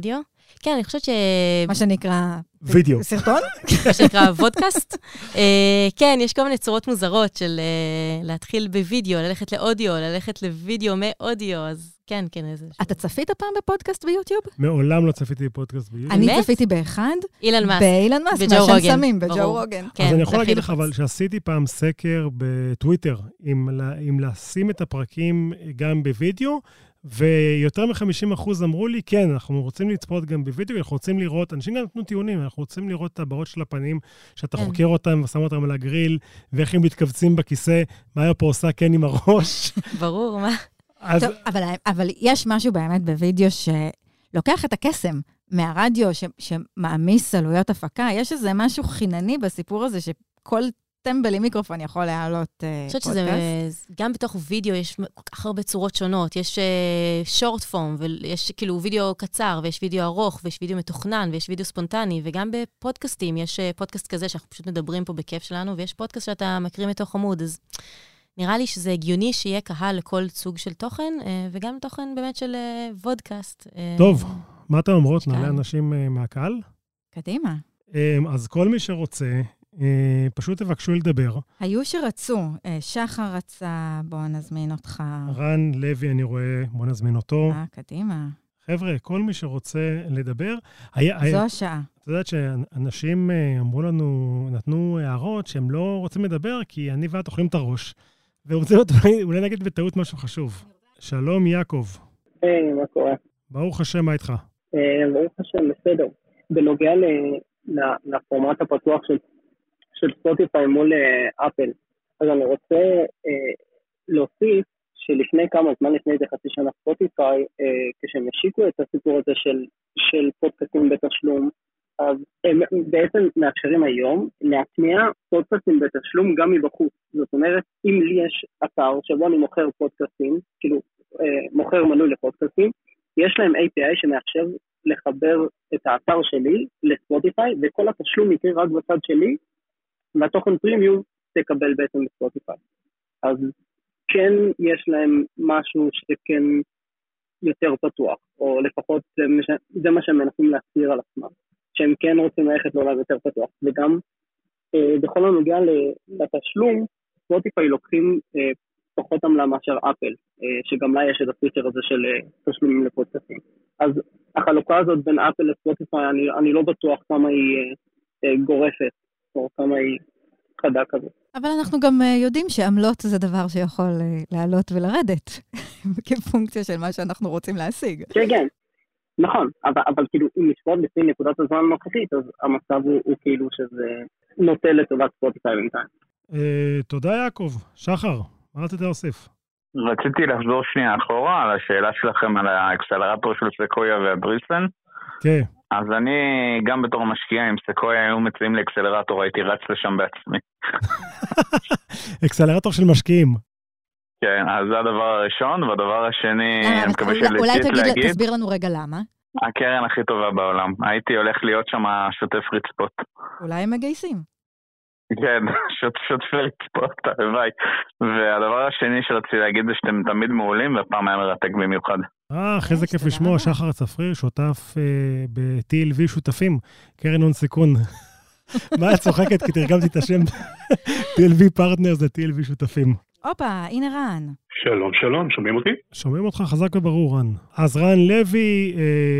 כן, אני חושבת מה שנקרא... וידאו. סרטון? מה שנקרא וודקאסט. כן, יש כל מיני צורות מוזרות של להתחיל בווידאו, ללכת לאודיו, ללכת לוידאו מאודיו, אז כן, איזה... אתה צפית פעם בפודקאסט ביוטיוב? מעולם לא צפיתי בפודקאסט ביוטיוב. אני צפיתי באחד. אילן מאסק. באילן מאסק, בג'ו מהשם רוגן. סמים, בג'ו ברור. רוגן. כן, אז אני יכול זה להגיד הכי לך, אבל שעשיתי פעם סקר בטוויטר, אם לשים את הפרקים גם בווידאו, ויותר מ-50% אמרו לי, כן, אנחנו רוצים לצפות גם בווידאו, אנחנו רוצים לראות, אנשים גם נתנו טיעונים, אנחנו רוצים לראות את הבעות של הפנים, שאתה חוקר אותם ושם אותם על הגריל, ואיך הם מתכווצים בכיסא, מה היה פה עושה כן עם הראש. ברור, מה? טוב, אבל יש משהו באמת בווידאו שלוקח את הקסם מהרדיו, שמעמיס עלויות הפקה. יש איזה משהו חינני בסיפור הזה, שכל טמבל עם מיקרופון יכול להעלות פודקאסט. אני חושבת שזה, גם בתוך וידאו יש כל כך הרבה צורות שונות. יש שורט פורם, ויש כאילו וידאו קצר, ויש וידאו ארוך, ויש וידאו מתוכנן, ויש וידאו ספונטני, וגם בפודקאסטים יש פודקאסט כזה שאנחנו פשוט מדברים פה בכיף שלנו, ויש פודקאסט שאתה מקריא מתוך עמוד, אז נראה לי שזה הגיוני שיהיה קהל לכל סוג של תוכן, וגם תוכן באמת של וודקאסט. טוב, מה אתם אומרות? נעלה אנשים מהקהל? קדימה. אז כל מי שרוצה, פשוט תבקשו לדבר. היו שרצו, שחר רצה, בוא נזמין אותך. רן לוי, אני רואה, בוא נזמין אותו. קדימה. חבר'ה, כל מי שרוצה לדבר. זו השעה. את יודעת שאנשים אמרו לנו, נתנו הערות שהם לא רוצים לדבר, כי אני ואת אוכלים את הראש, ורוצים אולי נגיד בטעות משהו חשוב. שלום יעקב. היי, מה קורה? ברוך השם, מה איתך? ברוך השם, בסדר. בנוגע לפורמט הפתוח של ספוטיפיי מול אפל, אז אני רוצה להוסיף שלפני כמה זמן, לפני איזה חצי שנה ספוטיפיי, כשהם השיקו את הסיפור הזה של פודקאסטים בתשלום, אז הם בעצם מאפשרים היום להטמיע פודקאסטים בתשלום גם מבחוץ. זאת אומרת, אם לי יש אתר שבו אני מוכר פודקאסטים, כאילו מוכר מנוי לפודקאסטים, יש להם API שמאפשר לחבר את האתר שלי לספוטיפיי, וכל התשלום יקרה רק בצד שלי, והתוכן פרימיום תקבל בעצם בספוטיפיי. אז כן יש להם משהו שכן יותר פתוח, או לפחות זה מה שהם מנסים להסביר על עצמם, שהם כן רוצים ללכת לעולם יותר פתוח. וגם בכל הנוגע לתשלום, ספוטיפיי לוקחים פחות עמלה מאשר אפל, שגם לה יש את הפיצ'ר הזה של תשלומים לפודקאסטים. אז החלוקה הזאת בין אפל לספוטיפיי, אני לא בטוח כמה היא גורפת, או כמה היא חדה כזאת. אבל אנחנו גם יודעים שעמלות זה דבר שיכול לעלות ולרדת, כפונקציה של מה שאנחנו רוצים להשיג. כן, נכון, אבל כאילו, אם נשפוט לפי נקודת הזמן הנוכחית, אז המצב הוא כאילו שזה נוטה לטובת ספוטיפיי בינתיים. תודה יעקב. שחר, מה רצית להוסיף? רציתי לחזור שנייה אחורה על השאלה שלכם על האקסלרטור של סקויה ואנדריסן. כן. אז אני, גם בתור משקיע, אם סקויה היו מציעים לאקסלרטור, הייתי רץ לשם בעצמי. אקסלרטור של משקיעים. כן, אז זה הדבר הראשון, והדבר השני, אני מקווה אולי תסביר לנו רגע למה. הקרן הכי טובה בעולם. הייתי הולך להיות שם שוטף רצפות. אולי הם מגייסים. כן, שוטפי רצפות, הלוואי. והדבר השני שרציתי להגיד זה שאתם תמיד מעולים, והפעם היה מרתק במיוחד. אחרי זה כיף לשמוע, שחר צפריר, שותף ב-TLV שותפים, קרן הון סיכון. מה את צוחקת? כי תרגמתי את השם. TLV פרטנר זה TLV שותפים. הופה, הנה רן. שלום, שלום, שומעים אותי? שומעים אותך חזק וברור, רן. אז רן לוי,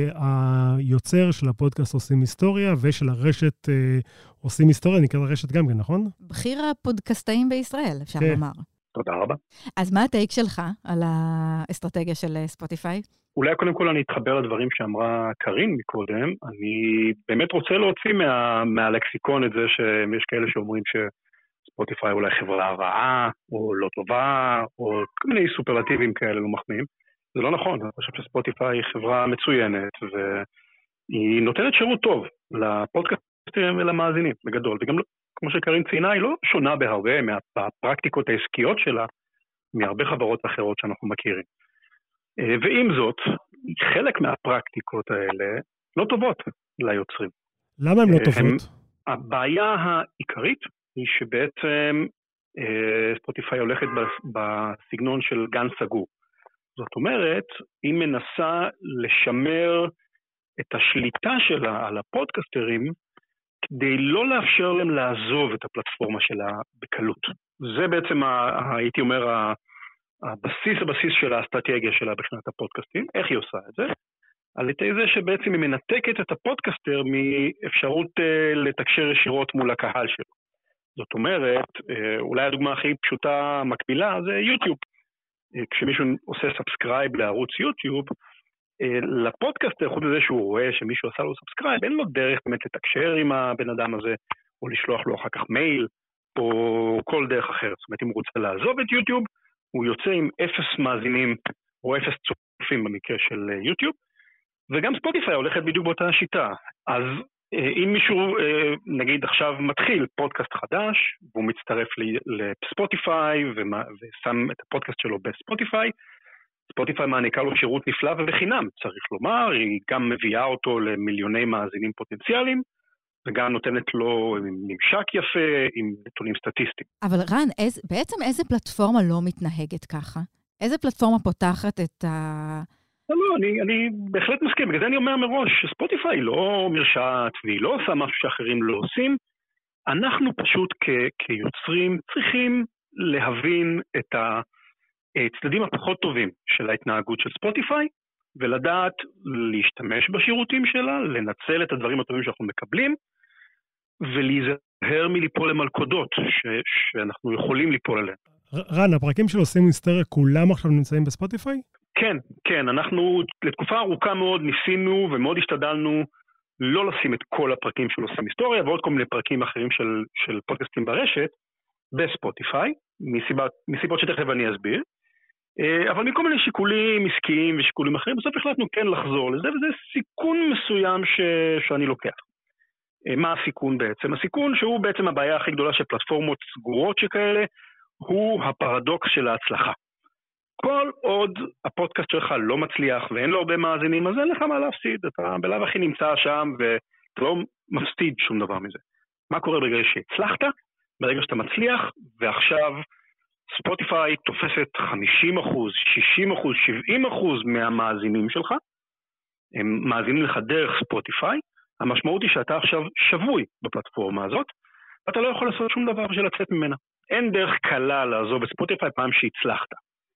היוצר של הפודקאסט עושים היסטוריה, ושל הרשת עושים היסטוריה, נקרא הרשת גם כן, נכון? בכיר הפודקאסטאים בישראל, אפשר לומר. תודה רבה. אז מה הטייק שלך על האסטרטגיה של ספוטיפיי? אולי קודם כל אני אתחבר לדברים שאמרה קרין מקודם. אני באמת רוצה להוציא מהלקסיקון את זה שיש כאלה שאומרים שספוטיפיי אולי חברה רעה, או לא טובה, או כל מיני סופרלטיבים כאלה לא מחמיאים. זה לא נכון, אני חושב שספוטיפיי היא חברה מצוינת, והיא נותנת שירות טוב לפודקאסטים ולמאזינים, בגדול. וגם כמו שקרין ציינה, היא לא שונה בהרבה מהפרקטיקות העסקיות שלה, מהרבה חברות אחרות שאנחנו מכירים. ועם זאת, חלק מהפרקטיקות האלה לא טובות ליוצרים. למה הן לא טובות? הבעיה העיקרית היא שבעצם ספוטיפיי הולכת בסגנון של גן סגור. זאת אומרת, היא מנסה לשמר את השליטה שלה על הפודקסטרים, כדי לא לאפשר להם לעזוב את הפלטפורמה שלה בקלות. זה בעצם, הייתי אומר, הבסיס של האסטרטגיה שלה בשנת הפודקאסטים. איך היא עושה את זה? על ידי זה שבעצם היא מנתקת את הפודקסטר מאפשרות לתקשר ישירות מול הקהל שלו. זאת אומרת, אולי הדוגמה הכי פשוטה מקבילה זה יוטיוב. כשמישהו עושה סאבסקרייב לערוץ יוטיוב, לפודקאסטר, חוץ מזה שהוא רואה שמישהו עשה לו סאבסקרייב, אין לו דרך באמת לתקשר עם הבן אדם הזה, או לשלוח לו אחר כך מייל, או כל דרך אחרת. זאת אומרת, אם הוא רוצה לעזוב את יוטיוב, הוא יוצא עם 0 מאזינים, או 0 צופים במקרה של יוטיוב, וגם ספוטיפיי הולכת בדיוק באותה השיטה. אז אם מישהו, נגיד עכשיו מתחיל פודקאסט חדש, והוא מצטרף לספוטיפיי, ושם את הפודקאסט שלו בספוטיפיי, ספוטיפיי מעניקה לו שירות נפלא ובחינם, צריך לומר, היא גם מביאה אותו למיליוני מאזינים פוטנציאליים, וגם נותנת לו ממשק יפה עם נתונים סטטיסטיים. אבל רן, בעצם איזה פלטפורמה לא מתנהגת ככה? איזה פלטפורמה פותחת את ה... לא, אני בהחלט מסכים, בגלל זה אני אומר מראש, שספוטיפיי לא מרשעת, והיא לא עושה משהו שאחרים לא עושים, אנחנו פשוט כיוצרים צריכים להבין את הצדדים הפחות טובים של ההתנהגות של ספוטיפיי, ולדעת להשתמש בשירותים שלה, לנצל את הדברים הטובים שאנחנו מקבלים, ולהיזהר מליפול למלכודות שאנחנו יכולים ליפול עליהן. רן, הפרקים של עושים היסטוריה כולם עכשיו נמצאים בספוטיפיי? כן, אנחנו לתקופה ארוכה מאוד ניסינו ומאוד השתדלנו לא לשים את כל הפרקים של עושים היסטוריה, ועוד כל מיני פרקים אחרים של פודקאסטים ברשת, בספוטיפיי, מסיבות שתכף אני אסביר, אבל מכל מיני שיקולים עסקיים ושיקולים אחרים, בסוף החלטנו כן לחזור לזה, וזה סיכון מסוים שאני לוקח. מה הסיכון בעצם? הסיכון שהוא בעצם הבעיה הכי גדולה של פלטפורמות סגורות שכאלה, הוא הפרדוקס של ההצלחה. כל עוד הפודקאסט שלך לא מצליח ואין לו הרבה מאזינים, אז אין לך מה להפסיד, אתה בלב הכי נמצא שם ואתה לא מפסיד שום דבר מזה. מה קורה ברגע שהצלחת? ברגע שאתה מצליח, ועכשיו ספוטיפיי תופסת 50%, 60%, 70% מהמאזינים שלך, הם מאזינים לך דרך ספוטיפיי, המשמעות היא שאתה עכשיו שבוי בפלטפורמה הזאת, ואתה לא יכול לעשות שום דבר בשביל לצאת ממנה. אין דרך קלה לעזוב בספוטיפיי פעם שהצלחת.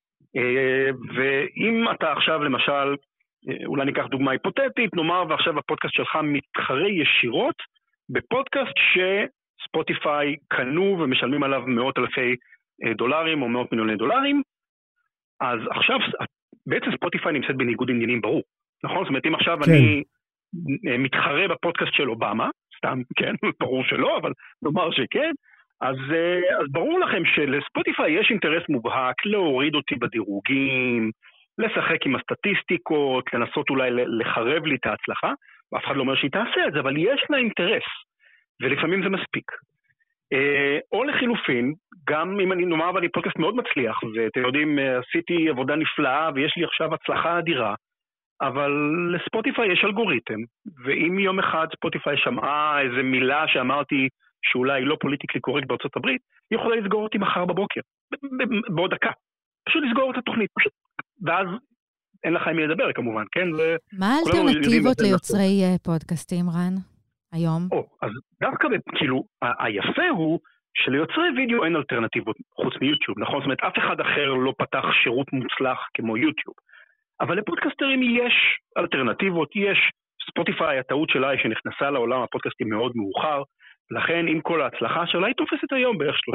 ואם אתה עכשיו למשל, אולי ניקח דוגמה היפותטית, נאמר ועכשיו הפודקאסט שלך מתחרה ישירות בפודקאסט שספוטיפיי קנו ומשלמים עליו $100,000 או $100 מיליון, אז עכשיו בעצם ספוטיפיי נמצאת בניגוד עניינים ברור. נכון? זאת אומרת, אם עכשיו כן. אני מתחרה בפודקאסט של אובמה, סתם, כן, ברור שלא, אבל נאמר שכן, אז ברור לכם שלספוטיפיי יש אינטרס מובהק להוריד אותי בדירוגים, לשחק עם הסטטיסטיקות, לנסות אולי לחרב לי את ההצלחה, ואף אחד לא אומר שהיא תעשה את זה, אבל יש לה אינטרס, ולפעמים זה מספיק. או לחילופין, גם אם אני נאמר ואני פודקאסט מאוד מצליח, ואתם יודעים, עשיתי עבודה נפלאה, ויש לי עכשיו הצלחה אדירה, אבל לספוטיפיי יש אלגוריתם, ואם יום אחד ספוטיפיי שמעה איזו מילה שאמרתי שאולי לא פוליטיקלי קורקט בארצות הברית, היא יכולה לסגור אותי מחר בבוקר, בעוד דקה. פשוט לסגור את התוכנית, פשוט. ואז אין לך עם מי לדבר כמובן, כן? מה האלטרנטיבות ליוצרי פודקאסטים, רן, היום? אז דווקא, כאילו, היפה הוא שליוצרי וידאו אין אלטרנטיבות חוץ מיוטיוב, נכון? זאת אומרת, אף אחד אחר לא פתח שירות מוצלח כמו יוטיוב. אבל לפודקאסטרים יש אלטרנטיבות, יש ספוטיפיי, הטעות שלה היא שנכנסה לעולם הפודקאסטים מאוד מאוחר, לכן עם כל ההצלחה שלה היא תופסת היום בערך 30%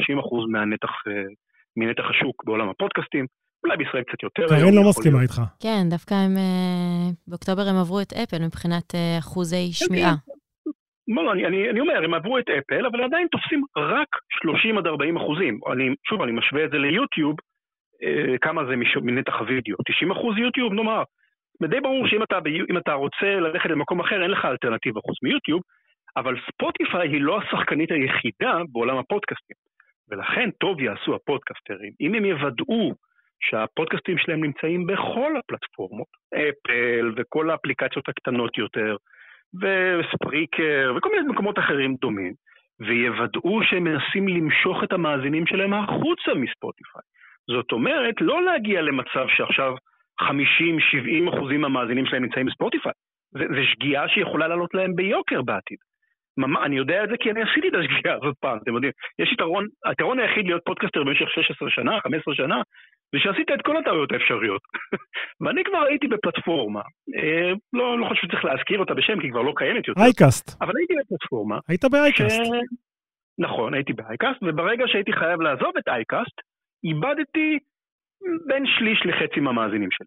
מנתח השוק בעולם הפודקאסטים, אולי בישראל קצת יותר. קרן לא מסכימה איתך. כן, דווקא הם, באוקטובר הם עברו את אפל מבחינת אחוזי שמיעה. אני אומר, הם עברו את אפל, אבל עדיין תופסים רק 30-40%. שוב, אני משווה את זה ליוטיוב, כמה זה מנתח הוידאו. 90% יוטיוב, נאמר. די ברור שאם אתה רוצה ללכת למקום אחר, אין לך אלטרנטיבה חוץ מיוטיוב, אבל ספוטיפיי היא לא השחקנית היחידה בעולם הפודקאסטים. ולכן טוב יעשו הפודקאסטרים. אם הם יוודאו שהפודקאסטים שלהם נמצאים בכל הפלטפורמות, אפל וכל האפליקציות הקטנות יותר, וספריקר וכל מיני מקומות אחרים דומים, ויוודאו שהם מנסים למשוך את המאזינים שלהם החוצה מספוטיפיי. זאת אומרת, לא להגיע למצב שעכשיו 50-70% מהמאזינים שלהם נמצאים בספוטיפיי. זה שגיאה שיכולה לעלות להם ביוקר בעתיד. אני יודע את זה כי אני עשיתי את השגיאה הזאת פעם, אתם יודעים, יש היתרון היחיד להיות פודקאסטר במשך 16 שנה, 15 שנה, זה שעשית את כל הטעויות האפשריות. ואני כבר הייתי בפלטפורמה, לא חושב שצריך להזכיר אותה בשם, כי כבר לא קיימת יותר. אייקאסט. אבל הייתי בפלטפורמה. היית באייקאסט. נכון, הייתי באייקאסט, וברגע שהייתי חייב לעזוב את אייקאסט, איבדתי בין שליש לחצי מהמאזינים שלי.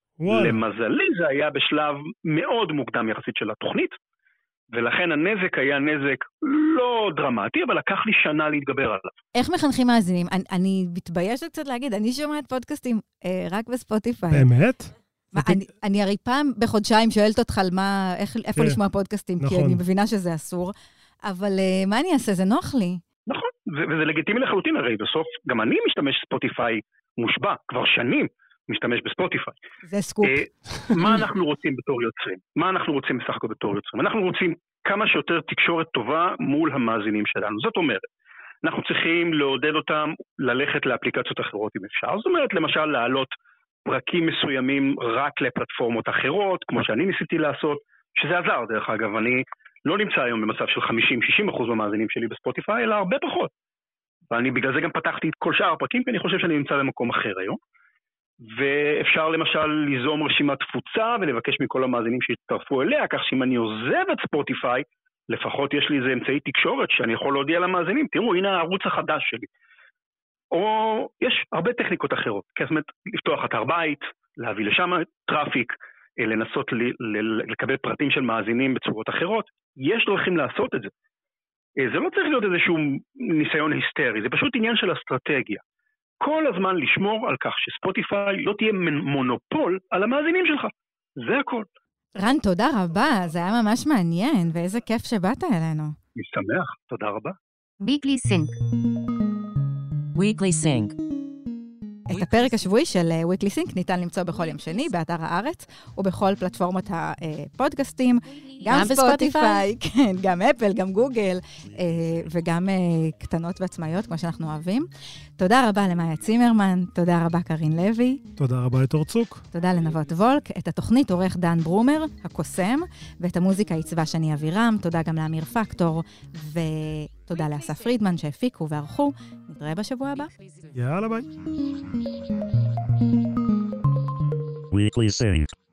למזלי זה היה בשלב מאוד מוקדם יחסית של התוכנית, ולכן הנזק היה נזק לא דרמטי, אבל לקח לי שנה להתגבר עליו. איך מחנכים מאזינים? אני מתביישת קצת להגיד, אני שומעת פודקאסטים רק בספוטיפיי. באמת? אני הרי פעם בחודשיים שואלת אותך על איפה לשמוע פודקאסטים, כי אני מבינה שזה אסור, אבל מה אני אעשה? זה נוח לי. נכון, וזה לגיטימי לחלוטין הרי, בסוף גם אני משתמש ספוטיפיי מושבע, כבר שנים משתמש בספוטיפיי. זה סקופ. מה אנחנו רוצים בתור יוצרים? מה אנחנו רוצים בסך הכל בתור יוצרים? אנחנו רוצים כמה שיותר תקשורת טובה מול המאזינים שלנו. זאת אומרת, אנחנו צריכים לעודד אותם ללכת לאפליקציות אחרות אם אפשר. זאת אומרת, למשל, להעלות פרקים מסוימים רק לפלטפורמות אחרות, כמו שאני ניסיתי לעשות, שזה עזר דרך אגב. אני לא נמצא היום במצב של 50-60% מהמאזינים שלי בספוטיפיי, אלא הרבה פחות. ואני בגלל זה גם פתחתי את כל שאר הפרקים, כי אני חושב שאני נמצא במקום אחר היום. ואפשר למשל ליזום רשימת תפוצה ולבקש מכל המאזינים שיצטרפו אליה, כך שאם אני עוזב את ספוטיפיי, לפחות יש לי איזה אמצעי תקשורת שאני יכול להודיע למאזינים, תראו, הנה הערוץ החדש שלי. או יש הרבה טכניקות אחרות, זאת אומרת, לפתוח אתר בית, להביא לשם טראפיק, לנסות לקבל פרטים של מאזינים בצורות אחרות, יש דרכים לעשות את זה. זה לא צריך להיות איזשהו ניסיון היסטרי, זה פשוט עניין של אסטרטגיה. כל הזמן לשמור על כך שספוטיפיי לא תהיה מונופול על המאזינים שלך. זה הכל. רן, תודה רבה. זה היה ממש מעניין, ואיזה כיף שבאת אלינו. משמח, תודה רבה. Weekly Sync. Weekly Sync. את הפרק השבועי של Weekly Sync ניתן למצוא בכל יום שני, באתר הארץ, ובכל פלטפורמות הפודקאסטים, גם ספוטיפיי, כן, גם אפל, גם גוגל, וגם קטנות ועצמאיות, כמו שאנחנו אוהבים. תודה רבה למאיה צימרמן, תודה רבה קרין לוי. תודה רבה לתור צוק. תודה לנבות וולק. את התוכנית עורך דן ברומר, הקוסם, ואת המוזיקה עיצבה שני אבירם. תודה גם לאמיר פקטור, ותודה לאסף פרידמן שהפיקו וערכו. נתראה בשבוע הבא. יאללה ביי. Weekly Sync.